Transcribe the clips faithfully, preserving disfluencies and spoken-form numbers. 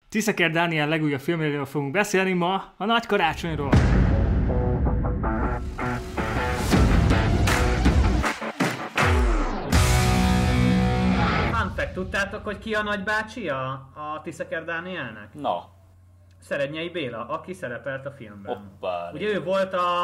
Tiszaker Dániel legújabb filmjéről fogunk beszélni ma, a Nagy Karácsonyról. Fun fact, tudtátok, hogy ki a nagybácsia a Tiszaker Dánielnek? Na. Szerednyei Béla, aki szerepelt a filmben. Hoppá. Ugye ő volt a,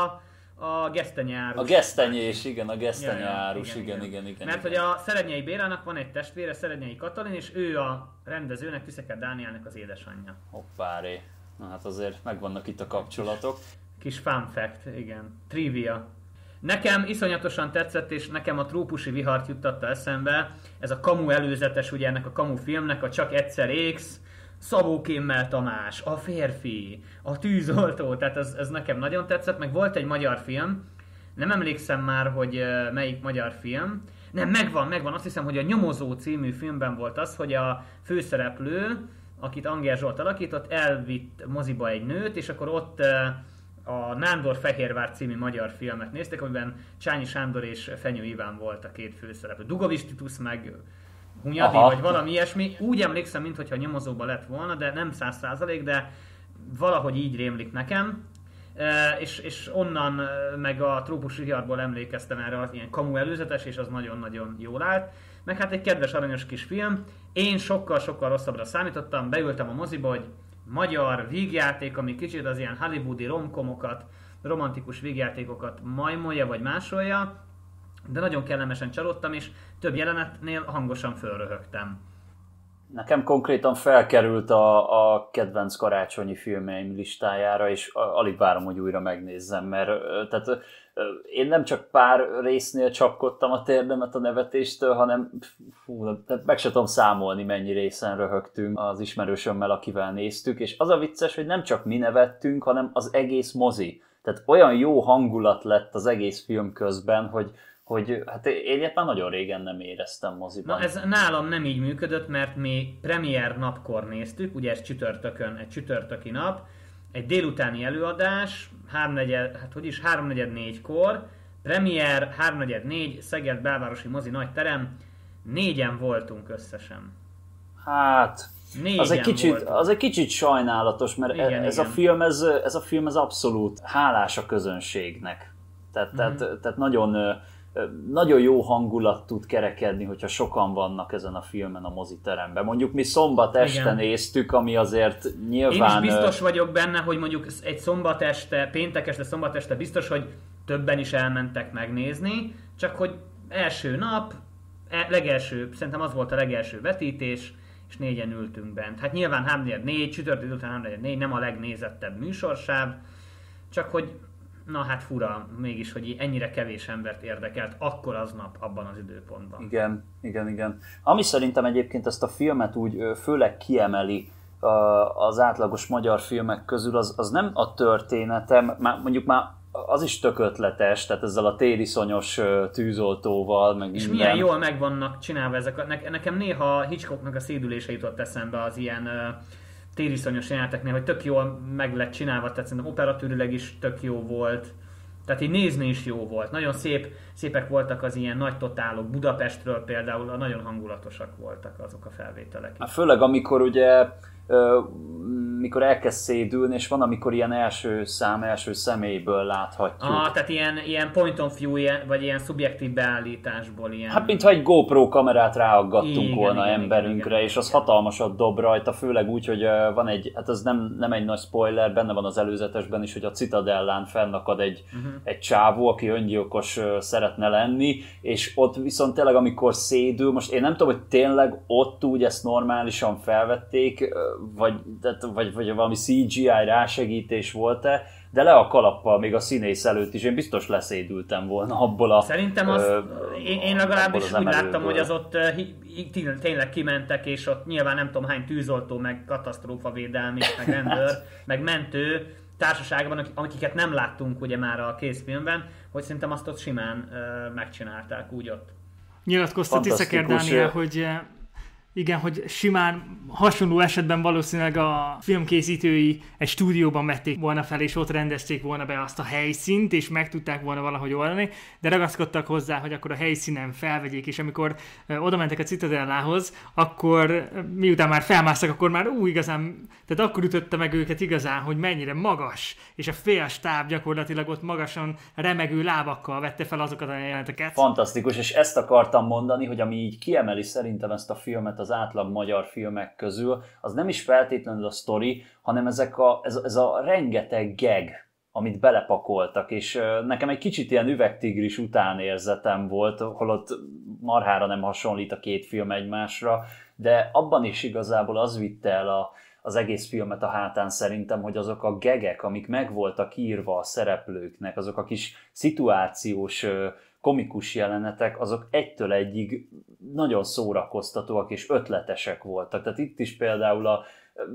a gesztenyárus. A gesztenyés, igen, a gesztenyárus, ja, ja, igen, igen, igen, igen. Mert igen. hogy a Szerednyei Bélának van egy testvére, Szerednyei Katalin, és ő a rendezőnek, Tiszaker Dánielnek az édesanyja. Hoppáré. Na hát azért megvannak itt a kapcsolatok. Kis fun fact, igen. Trivia. Nekem iszonyatosan tetszett, és nekem a Trópusi vihart juttatta eszembe. Ez a kamu előzetes, ugye ennek a kamu filmnek, a Csak egyszer égsz, Szabó Kémmel Tamás, A férfi, A tűzoltó, tehát ez, ez nekem nagyon tetszett, meg volt egy magyar film, nem emlékszem már, hogy uh, melyik magyar film, nem, megvan, megvan, azt hiszem, hogy a Nyomozó című filmben volt az, hogy a főszereplő, akit Anger Zsolt alakított, elvitt moziba egy nőt, és akkor ott uh, a Nándor Fehérvár című magyar filmet nézték, amiben Csányi Sándor és Fenyő Iván volt a két főszereplő. Dugovics Titus meg Hunyadi, vagy valami ilyesmi. Úgy emlékszem, mintha nyomozóba lett volna, de nem száz százalék, de valahogy így rémlik nekem. E, és, és onnan meg a Trópusi viharból emlékeztem erre az ilyen kamu előzetes, és az nagyon-nagyon jól állt. Meg hát egy kedves aranyos kis film. Én sokkal-sokkal rosszabbra számítottam, beültem a moziba, hogy magyar vígjáték, ami kicsit az ilyen hollywoodi romkomokat, romantikus vígjátékokat majmolja vagy másolja, de nagyon kellemesen csalódtam, és több jelenetnél hangosan fölröhögtem. Nekem konkrétan felkerült a, a kedvenc karácsonyi filmeim listájára, és alig várom, hogy újra megnézzem, mert tehát, én nem csak pár résznél csapkodtam a térdemet a nevetéstől, hanem fú, tehát meg se tudom számolni, mennyi részen röhögtünk az ismerősömmel, akivel néztük, és az a vicces, hogy nem csak mi nevettünk, hanem az egész mozi. Tehát olyan jó hangulat lett az egész film közben, hogy hogy hát én ilyet már nagyon régen nem éreztem moziban. Na ez nálam nem így működött, mert mi premier napkor néztük, ugye ez csütörtökön, egy csütörtöki nap, egy délutáni előadás, háromnegyed, hát hogy is, háromnegyed négykor, premier, háromnegyed négy, Szeged belvárosi mozi nagy terem, négyen voltunk összesen. Hát, az egy, kicsit, az egy kicsit sajnálatos, mert igen, ez, igen. A film, ez, ez a film ez abszolút hálás a közönségnek. Tehát, mm-hmm. tehát, tehát nagyon... Nagyon jó hangulat tud kerekedni, hogyha sokan vannak ezen a filmen a moziteremben. Mondjuk mi szombat este igen. néztük, ami azért nyilván... Én is biztos vagyok benne, hogy mondjuk egy szombat este, péntek este, szombat este biztos, hogy többen is elmentek megnézni, csak hogy első nap, legelső, szerintem az volt a legelső vetítés, és négyen ültünk bent. Hát nyilván háromnegyed négy, csütörtök után háromnegyed négy, nem a legnézettebb műsorsáv, csak hogy na hát fura mégis, hogy ennyire kevés embert érdekelt akkor aznap abban az időpontban. Igen, igen, igen. Ami szerintem egyébként ezt a filmet úgy főleg kiemeli az átlagos magyar filmek közül, az, az nem a története, mondjuk már az is tök ötletes, tehát ezzel a tériszonyos tűzoltóval, meg és minden. Milyen jól meg vannak csinálva ezek. Ne, nekem néha Hitchcocknak a szédülése jutott eszembe az ilyen tériszonyos jeleneteknél, hogy tök jól meg lett csinálva, tehát szerintem operatőrileg is tök jó volt. Tehát így nézni is jó volt. Nagyon szép, szépek voltak az ilyen nagy totálok. Budapestről például nagyon hangulatosak voltak azok a felvételek. Hát főleg amikor ugye mikor elkezd szédülni, és van, amikor ilyen első szám, első személyből láthatjuk. Ah, tehát ilyen, ilyen point of view, vagy ilyen szubjektív beállításból. Ilyen... Hát mintha egy GoPro kamerát ráaggattunk igen, volna igen, emberünkre, igen, és az igen. hatalmasat dob rajta, főleg úgy, hogy van egy, hát ez nem, nem egy nagy spoiler, benne van az előzetesben is, hogy a Citadellán fennakad egy, uh-huh. egy csávó, aki öngyilkos szeretne lenni, és ott viszont tényleg, amikor szédül, most én nem tudom, hogy tényleg ott úgy ezt normálisan felvették, vagy, vagy, vagy valami cé gé í rásegítés volt-e, de le a kalappal még a színész előtt is, én biztos leszédültem volna abból a... Szerintem azt, ö, én, én legalábbis úgy láttam, hogy az ott uh, tényleg kimentek, és ott nyilván nem tudom hány tűzoltó, meg katasztrófavédelmi, meg rendőr, meg mentő társaságban, akiket nem láttunk ugye már a készfilmben, hogy szerintem azt ott simán uh, megcsinálták úgy ott. Nyilatkozta Tiszaker Dániel, hogy Igen, hogy simán hasonló esetben valószínűleg a filmkészítői egy stúdióban vették volna fel, és ott rendezték volna be azt a helyszínt, és meg tudták volna valahogy oldani, de ragaszkodtak hozzá, hogy akkor a helyszínen felvegyék, és amikor oda mentek a Citadellához, akkor miután már felmásztak, akkor már ú, igazán, tehát akkor ütötte meg őket igazán, hogy mennyire magas, és a fél stáb gyakorlatilag ott magasan remegő lábakkal vette fel azokat a jeleneteket. Fantasztikus, és ezt akartam mondani, hogy ami így kiemeli szerintem ezt a filmet az átlag magyar filmek közül, az nem is feltétlenül a sztori, hanem ezek a, ez, ez a rengeteg gag, amit belepakoltak, és nekem egy kicsit ilyen üvegtigris utánérzetem volt, holott marhára nem hasonlít a két film egymásra, de abban is igazából az vitte el a, az egész filmet a hátán szerintem, hogy azok a gegek, amik meg voltak írva a szereplőknek, azok a kis szituációs komikus jelenetek, azok egytől egyig nagyon szórakoztatóak és ötletesek voltak. Tehát itt is például a,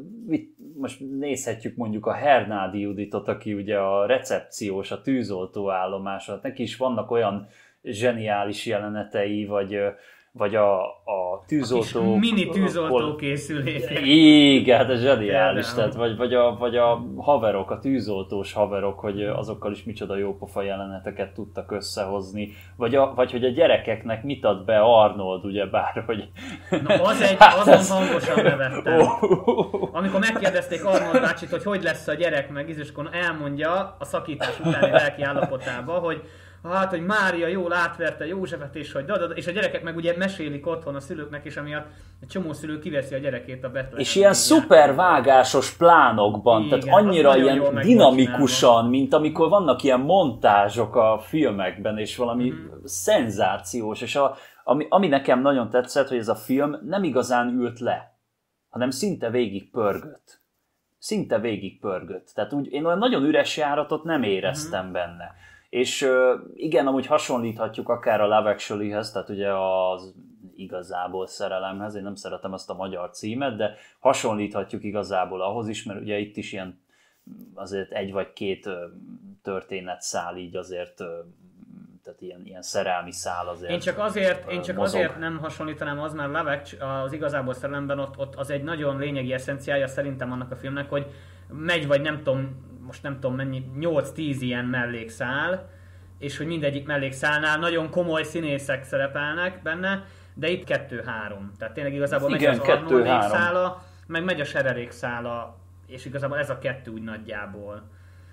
most nézhetjük mondjuk a Hernádi Juditot, aki ugye a recepciós, a tűzoltóállomás, neki is vannak olyan zseniális jelenetei, vagy, vagy a, a tűzoltó... A mini tűzoltó készülék. Igen, hát ez zseniális, tehát, vagy, vagy, a, vagy a haverok, a tűzoltós haverok, hogy azokkal is micsoda jópofa jeleneteket tudtak összehozni, vagy, a, vagy hogy a gyerekeknek mit ad be Arnold, ugyebár, hogy... Na az egy, azon hangosan nevettem. Amikor megkérdezték Arnold bácsit, hogy hogy lesz a gyerek, meg ízüskor elmondja a szakítás utáni lelki állapotába, hogy hát, hogy Mária jól átverte Józsefet, és hogy dadad, és a gyerekek meg ugye mesélik otthon a szülőknek, és amiatt egy csomó szülő kiveszi a gyerekét a Betlehem. És ilyen szuper vágásos plánokban, igen, tehát annyira ilyen dinamikusan, mint amikor vannak ilyen montázsok a filmekben, és valami mm-hmm. szenzációs, és a, ami, ami nekem nagyon tetszett, hogy ez a film nem igazán ült le, hanem szinte végig pörgött. Szinte végig pörgött. Tehát úgy, én olyan nagyon üres járatot nem éreztem mm-hmm. benne. És igen, amúgy hasonlíthatjuk akár a Love Actually-hez, tehát ugye az igazából szerelemhez, én nem szeretem ezt a magyar címet, de hasonlíthatjuk igazából ahhoz is, mert ugye itt is ilyen azért egy vagy két történetszál így azért, tehát ilyen, ilyen szerelmi szál azért. Én csak azért, én csak azért nem hasonlítanám az, mert Love Actually, az igazából szerelemben ott, ott az egy nagyon lényegi eszenciája szerintem annak a filmnek, hogy megy vagy nem tudom, most nem tudom mennyi, nyolc-tíz ilyen mellékszál, és hogy mindegyik mellékszálnál nagyon komoly színészek szerepelnek benne, de itt kettő-három. Tehát tényleg igazából igen, megy az Arnoldék szála, meg megy a Schererék szála, és igazából ez a kettő úgy nagyjából,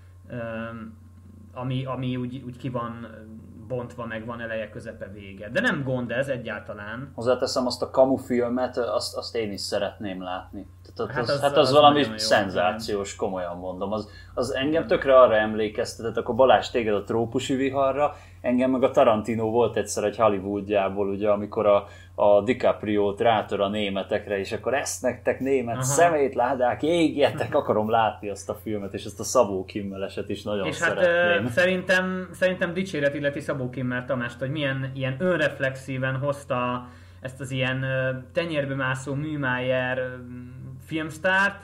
ami, ami úgy, úgy ki van bontva, meg van eleje, közepe, vége. De nem gond ez egyáltalán. Hozzáteszem, azt a Kamu filmet, azt, azt én is szeretném látni. Tehát hát az, az, hát az, az valami jó, szenzációs, jó. Komolyan mondom. Az, az engem tökre arra emlékeztetett, akkor Balázs téged a Trópusi viharra, engem meg a Tarantino volt egyszer egy Hollywoodjából, ugye, amikor a, a DiCaprio-t rátör a németekre, és akkor ezt nektek német Aha. szemétládák, égjetek, akarom látni azt a filmet, és ezt a Szabó Kimmeleset is nagyon és szeretném. Hát, szerintem, szerintem dicséret illeti Szabó Kimmel Tamást, hogy milyen ilyen önreflexíven hozta ezt az ilyen tenyérbe mászó Műmájer filmsztárt,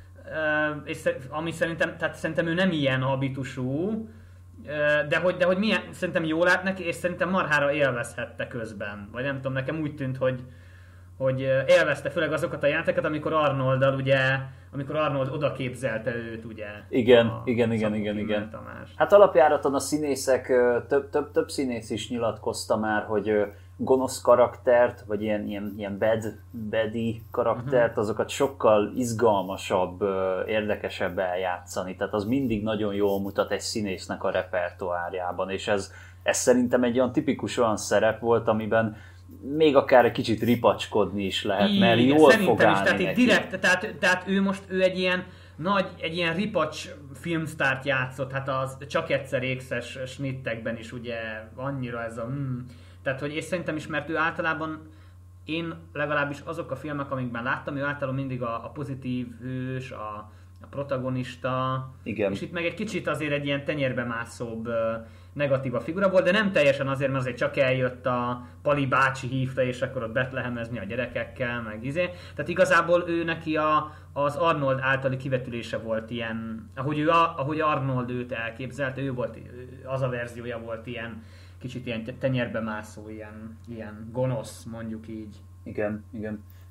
és ami szerintem, tehát szerintem ő nem ilyen habitusú, de hogy, de hogy milyen, szerintem jól lát neki, és szerintem marhára élvezhette közben. Vagy nem tudom, nekem úgy tűnt, hogy, hogy élvezte főleg azokat a jeleneteket, amikor Arnolddal ugye, amikor Arnold oda képzelte őt, ugye. Igen, a, igen, igen, igen, igen. Tamás. Hát alapjáraton a színészek, több, több, több színész is nyilatkozta már, hogy gonosz karaktert, vagy ilyen, ilyen, ilyen bad, badi karaktert, uh-huh. azokat sokkal izgalmasabb, érdekesebb eljátszani. Tehát az mindig nagyon jól mutat egy színésznek a repertoárjában, és ez, ez szerintem egy olyan tipikus olyan szerep volt, amiben még akár egy kicsit ripacskodni is lehet, I, mert jól fog állni is, tehát neki. direkt, tehát, tehát ő most ő egy ilyen nagy, egy ilyen ripacs filmsztárt játszott, hát az csak egyszer ékszes snittekben is ugye annyira ez a... Mm, tehát, hogy és szerintem is, mert ő általában, én legalábbis azok a filmek, amikben láttam, ő általában mindig a, a pozitív hős, a, a protagonista, igen. És itt meg egy kicsit azért egy ilyen tenyérbe mászóbb negatív a figura volt, de nem teljesen azért, mert azért csak eljött a Pali bácsi hívta, és akkor ott betlehemezni a gyerekekkel, meg izé. Tehát igazából ő neki a, az Arnold általi kivetülése volt ilyen, ahogy, ő, ahogy Arnold őt elképzelte, ő volt, az a verziója volt ilyen, kicsit ilyen tenyérbe mászó, ilyen, ilyen gonosz, mondjuk így. Igen, igen.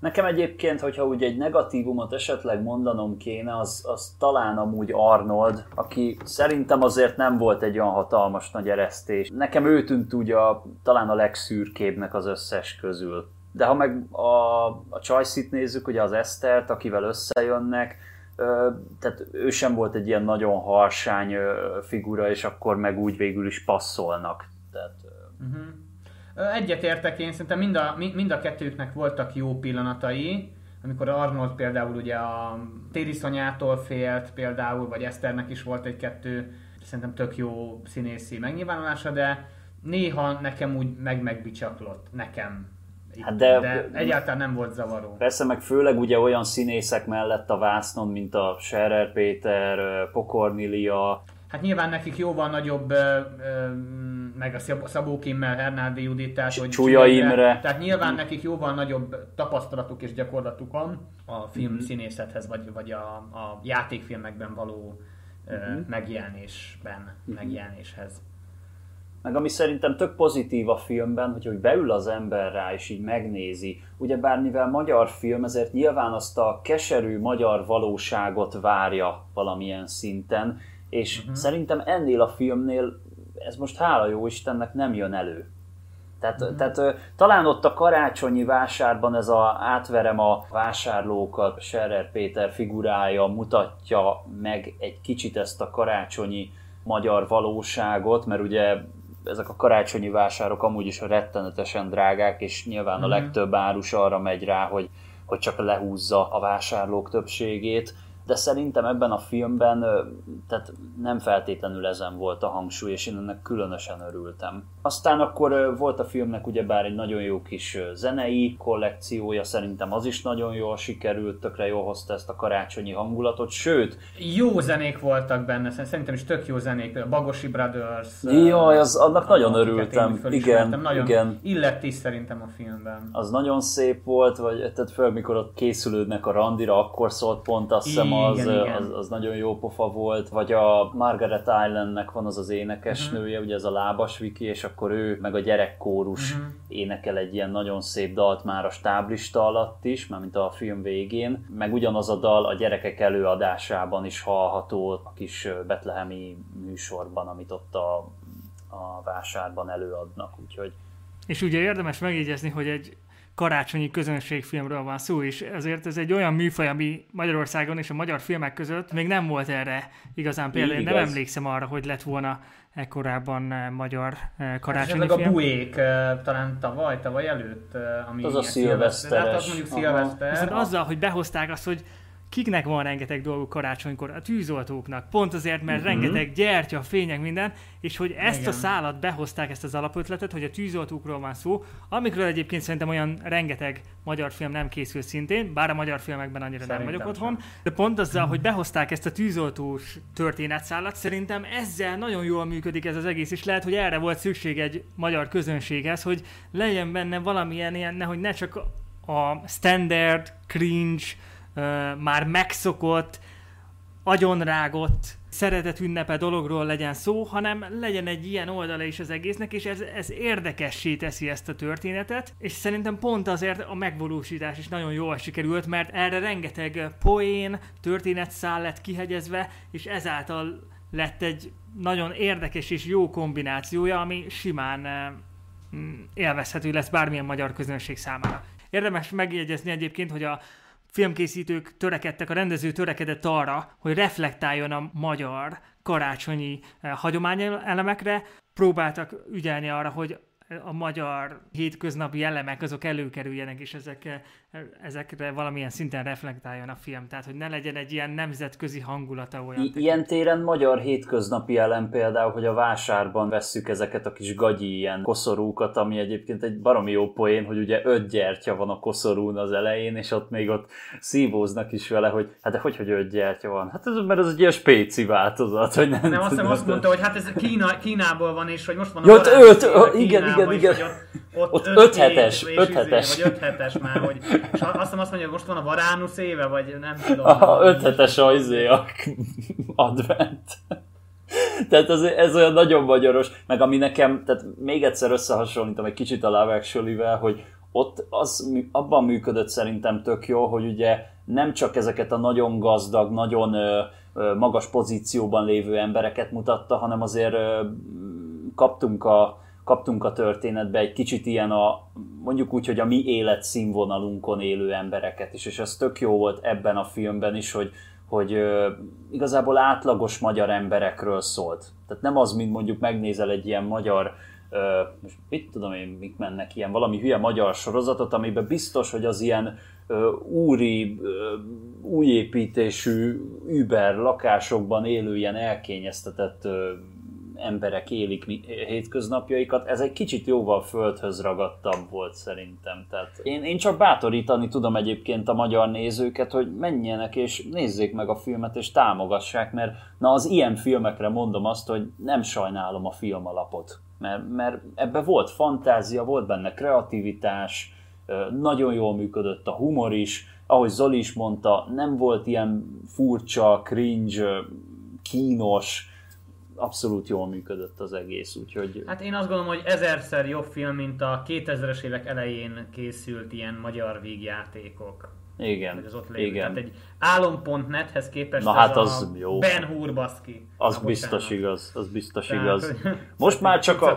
Nekem egyébként, hogyha úgy egy negatívumot esetleg mondanom kéne, az, az talán amúgy Arnold, aki szerintem azért nem volt egy olyan hatalmas nagy eresztés. Nekem ő tűnt úgy a, talán a legszürkébbnek az összes közül. De ha meg a, a Joyce-t nézzük, ugye az Esztert, akivel összejönnek, ö, tehát ő sem volt egy ilyen nagyon harsány ö, figura, és akkor meg úgy végül is passzolnak. Tehát, ö... uh-huh. Egyetértek én, szerintem mind a, mind a kettőknek voltak jó pillanatai, amikor Arnold például ugye a tériszonyától félt például, vagy Eszternek is volt egy-kettő, szerintem tök jó színészi megnyilvánulása, de néha nekem úgy meg-megbicsaklott, nekem. Hát de, de egyáltalán nem volt zavaró. Persze, meg főleg ugye olyan színészek mellett a vásznon, mint a Scherer Péter, Pokornilia. Hát nyilván nekik jóval nagyobb, ö, ö, meg a Szabó Kimmel, Hernádi Judit, tehát, hogy Csúlya Imre. Tehát nyilván nekik jóval nagyobb tapasztalatuk és gyakorlatuk van a film színészethez, vagy, vagy a, a játékfilmekben való ö, uh-huh. megjelenésben, uh-huh. megjelenéshez. Meg ami szerintem tök pozitív a filmben, hogy, hogy beül az ember rá és így megnézi. Ugyebár mivel magyar film, ezért nyilván azt a keserű magyar valóságot várja valamilyen szinten, és uh-huh. szerintem ennél a filmnél ez most hála jó Istennek nem jön elő. Tehát, uh-huh. tehát talán ott a karácsonyi vásárban ez a átverem a vásárlókat, Scherer Péter figurája mutatja meg egy kicsit ezt a karácsonyi magyar valóságot, mert ugye ezek a karácsonyi vásárok amúgy is rettenetesen drágák, és nyilván uh-huh. a legtöbb árus arra megy rá, hogy, hogy csak lehúzza a vásárlók többségét. De szerintem ebben a filmben tehát nem feltétlenül ezen volt a hangsúly, és én ennek különösen örültem. Aztán akkor volt a filmnek ugyebár egy nagyon jó kis zenei kollekciója, szerintem az is nagyon jól sikerült, tökre jól hozta ezt a karácsonyi hangulatot, sőt... Jó zenék voltak benne, szerintem is tök jó zenék, a Bagosi Brothers... Jaj, az, annak nagyon örültem, igen, nagyon igen. Illett is szerintem a filmben. Az nagyon szép volt, vagy tehát föl, mikor ott készülődnek a randira, akkor szólt pont, azt hiszem az, igen, igen. Az, az nagyon jó pofa volt, vagy a Margaret Islandnek van az az énekesnője, uh-huh. ugye ez a Lábas Viki, és akkor ő meg a gyerekkórus uh-huh. énekel egy ilyen nagyon szép dalt már a stáblista alatt is, mármint a film végén, meg ugyanaz a dal a gyerekek előadásában is hallható a kis betlehemi műsorban, amit ott a, a vásárban előadnak, úgyhogy... És ugye érdemes megjegyezni, hogy egy karácsonyi közönségfilmről van szó, és ezért ez egy olyan műfaj, ami Magyarországon és a magyar filmek között még nem volt erre igazán például. Én nem emlékszem arra, hogy lett volna ekkorában magyar karácsonyi hát film. A Buék talán tavaly, tavaly előtt, ami az a szilveszteres. Hát az mondjuk szilveszter. Viszont azzal, hogy behozták azt, hogy kiknek van rengeteg dolguk karácsonykor? A tűzoltóknak. Pont azért, mert uh-huh. rengeteg gyertya, fények, minden, és hogy ezt igen. a szálat behozták, ezt az alapötletet, hogy a tűzoltókról van szó, amikről egyébként szerintem olyan rengeteg magyar film nem készül szintén, bár a magyar filmekben annyira szerintem nem vagyok otthon, de pont azzal, hogy behozták ezt a tűzoltós történetszálat, szerintem ezzel nagyon jól működik ez az egész, és lehet, hogy erre volt szükség egy magyar közönséghez, hogy legyen benne valamilyen ilyen, nehogy ne csak a standard, cringe, Uh, már megszokott, agyonrágott szeretetünnepe dologról legyen szó, hanem legyen egy ilyen oldala is az egésznek, és ez, ez érdekessé teszi ezt a történetet, és szerintem pont azért a megvalósítás is nagyon jól sikerült, mert erre rengeteg poén, történetszál lett kihegyezve, és ezáltal lett egy nagyon érdekes és jó kombinációja, ami simán uh, élvezhető lesz bármilyen magyar közönség számára. Érdemes megjegyezni egyébként, hogy a filmkészítők törekedtek, a rendező törekedett arra, hogy reflektáljon a magyar karácsonyi hagyományelemekre, próbáltak ügyelni arra, hogy a magyar hétköznapi elemek azok előkerüljenek, és ezek, ezekre valamilyen szinten reflektáljon a film. Tehát, hogy ne legyen egy ilyen nemzetközi hangulata olyan. I- ilyen téren magyar hétköznapi elem például, hogy a vásárban vesszük ezeket a kis gagyi ilyen koszorúkat, ami egyébként egy baromi jó poén, hogy ugye öt gyertya van a koszorún az elején, és ott még ott szívóznak is vele, hogy hát de hogy, hogy öt gyertya van? Hát ez, mert ez egy ilyen spéci változat, hogy nem... Nem, azt hiszem azt mondta, hogy hát ez Kína, Kínából van, és hogy most van a... Jó, ott öt, igen, igen, igen. Ott, ott öt hetes, öt hetes. Vagy öt hetes már, hogy... És azt hiszem azt mondja, hogy most van a Varánusz éve, vagy nem tudom. Aha, öt hetes a izé a advent. Tehát ez, ez olyan nagyon magyaros, meg ami nekem, tehát még egyszer összehasonlítom egy kicsit a Love Actually-vel, hogy ott az abban működött szerintem tök jó, hogy ugye nem csak ezeket a nagyon gazdag, nagyon ö, ö, magas pozícióban lévő embereket mutatta, hanem azért ö, kaptunk a kaptunk a történetbe egy kicsit ilyen a, mondjuk úgy, hogy a mi életszínvonalunkon élő embereket is, és ez tök jó volt ebben a filmben is, hogy, hogy uh, igazából átlagos magyar emberekről szólt. Tehát nem az, mint mondjuk megnézel egy ilyen magyar, uh, most mit tudom én, mik mennek, ilyen valami hülye magyar sorozatot, amiben biztos, hogy az ilyen uh, úri, uh, újépítésű Uber lakásokban élő ilyen elkényeztetett uh, emberek élik hétköznapjaikat, ez egy kicsit jóval földhöz ragadtabb volt szerintem. Tehát én, én csak bátorítani tudom egyébként a magyar nézőket, hogy menjenek és nézzék meg a filmet és támogassák, mert na az ilyen filmekre mondom azt, hogy nem sajnálom a filmalapot, mert, mert ebben volt fantázia, volt benne kreativitás, nagyon jól működött a humor is, ahogy Zoli is mondta, nem volt ilyen furcsa, cringe, kínos, abszolút jól működött az egész, úgyhogy... Hát én azt gondolom, hogy ezerszer jobb film, mint a kétezres évek elején készült ilyen magyar vígjátékok. Igen, az ott lévő. igen. Tehát egy álom pont nethez képest na hát az a jó. Ben Hur baszki. Az na, biztos igaz, az biztos tehát, igaz. Most már csak a...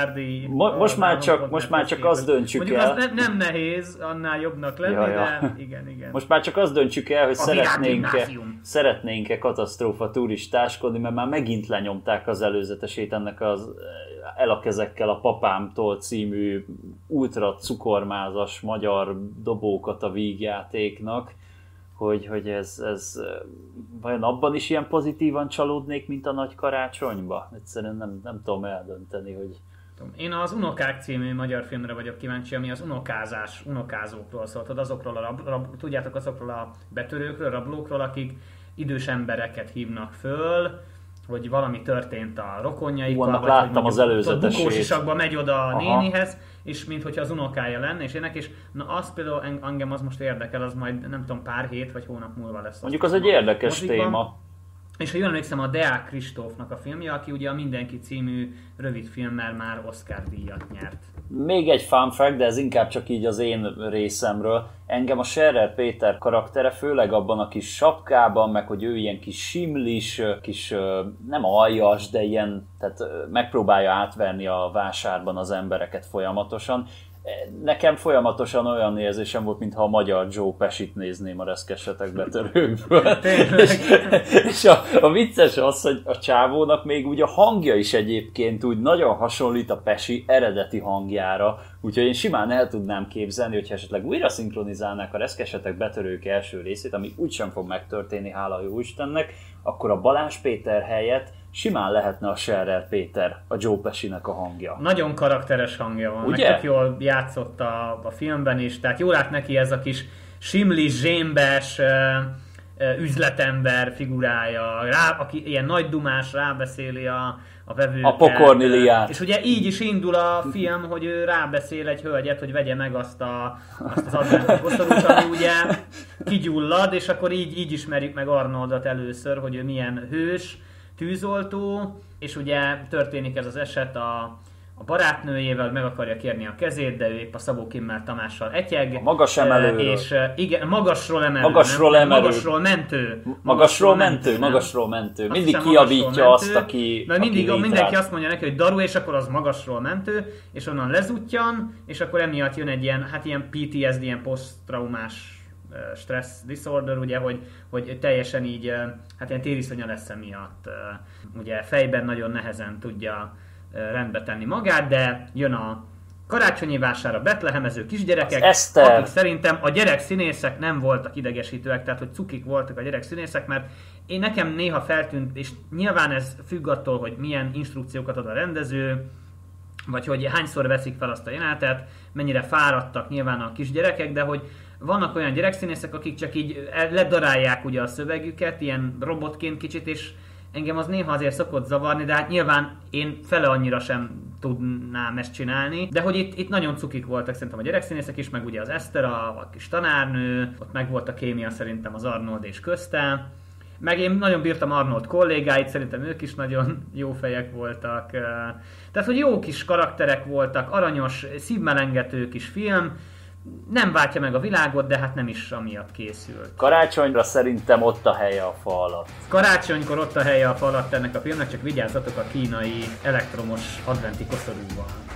Mo- most már csak, most már csak azt döntsük mondjuk el... Mondjuk az nem, nem nehéz annál jobbnak lenni, ja, ja. de igen, igen. Most már csak azt döntsük el, hogy szeretnénk-e, szeretnénk-e katasztrófa turistáskodni, mert már megint lenyomták az előzetesét ennek az El a kezekkel a papámtól című ultra cukormázas magyar dobókat a vígjátéknak, hogy, hogy ez, ez vajon abban is ilyen pozitívan csalódnék, mint a Nagy Karácsonyba? Egyszerűen nem, nem tudom eldönteni, hogy... Én az Unokák című magyar filmre vagyok kíváncsi, ami az unokázás, unokázókról szólt, azokról a rab, rab, tudjátok azokról a betörőkről, rablókról, akik idős embereket hívnak föl, hogy valami történt a rokonjaikkal, Vannak vagy láttam hogy az előzetesét. bukósisakba megy oda a aha. nénihez, és minthogyha az unokája lenne, és ének, és na az például engem az most érdekel, az majd nem tudom pár hét vagy hónap múlva lesz. Mondjuk az egy érdekes mozikban. Téma. És ha jól emlékszem, a Deák Kristófnak a filmje, aki ugye a Mindenki című rövid filmmel már Oscar díjat nyert. Még egy fun fact, de ez inkább csak így az én részemről. Engem a Scherer Péter karaktere, főleg abban a kis sapkában, meg hogy ő ilyen kis simlis, kis nem aljas, de ilyen, tehát megpróbálja átverni a vásárban az embereket folyamatosan. Nekem folyamatosan olyan érzésem volt, mintha a magyar Joe Pesci-t nézném a Reszkesetek betörőkből. és és a, a vicces az, hogy a csávónak még úgy a hangja is egyébként úgy nagyon hasonlít a Pesci eredeti hangjára, úgyhogy én simán el tudnám képzelni, hogyha esetleg újra szinkronizálnák a Reszkesetek betörők első részét, ami úgysem fog megtörténni, hála jó Istennek, akkor a Balázs Péter helyett simán lehetne a Scherer Péter, a Joe Pesci-nek a hangja. Nagyon karakteres hangja van, ugye? Meg tök jól játszott a, a filmben is, tehát jól lát neki ez a kis simlis, zsémbes uh, üzletember figurája, rá, aki ilyen nagy dumás, rábeszéli a, a vevőket. A pokorni Liát. És ugye így is indul a film, hogy ő rábeszél egy hölgyet, hogy vegye meg azt, a, azt az adventi koszorút, ami ugye kigyullad, és akkor így, így ismerjük meg Arnoldot először, hogy ő milyen hős, tűzoltó, és ugye történik ez az eset a, a barátnőjével, meg akarja kérni a kezét, de ő épp a Szabó Kimmel Tamással etyeg. A magas emelőről. És igen, magasról emelő. Magasról nem, emelő. Magasról mentő. Magasról, magasról mentő, mentő magasról mentő. Mindig azt kijavítja azt, aki, mert mindig aki mindenki azt mondja neki, hogy daru, és akkor az magasról mentő, és onnan lezuttyan, és akkor emiatt jön egy ilyen, hát ilyen pé té es dé, ilyen posztraumás stress disorder, ugye, hogy, hogy teljesen így, hát ilyen tériszonya lesz emiatt, ugye fejben nagyon nehezen tudja rendbe tenni magát, de jön a karácsonyi vásár, a betlehemező kisgyerekek, akik szerintem a gyerekszínészek nem voltak idegesítőek, tehát hogy cukik voltak a gyerekszínészek, mert én nekem néha feltűnt, és nyilván ez függ attól, hogy milyen instrukciókat ad a rendező, vagy hogy hányszor veszik fel azt a jelenetet, mennyire fáradtak nyilván a kisgyerekek, de hogy vannak olyan gyerekszínészek, akik csak így ledarálják ugye a szövegüket, ilyen robotként kicsit, és engem az néha azért szokott zavarni, de hát nyilván én fele annyira sem tudnám ezt csinálni. De hogy itt, itt nagyon cukik voltak szerintem a gyerekszínészek is, meg ugye az Eszter, a, a kis tanárnő, ott meg volt a kémia szerintem az Arnold és közte. Meg én nagyon bírtam Arnold kollégáit, szerintem ők is nagyon jó fejek voltak. Tehát, hogy jó kis karakterek voltak, aranyos, szívmelengető kis film. nem váltja meg a világot, de hát nem is amiatt készült. Karácsonyra szerintem ott a helye a fa alatt. Karácsonykor ott a helye a fa alatt ennek a filmnek, csak vigyázzatok a kínai elektromos adventi koszorúval.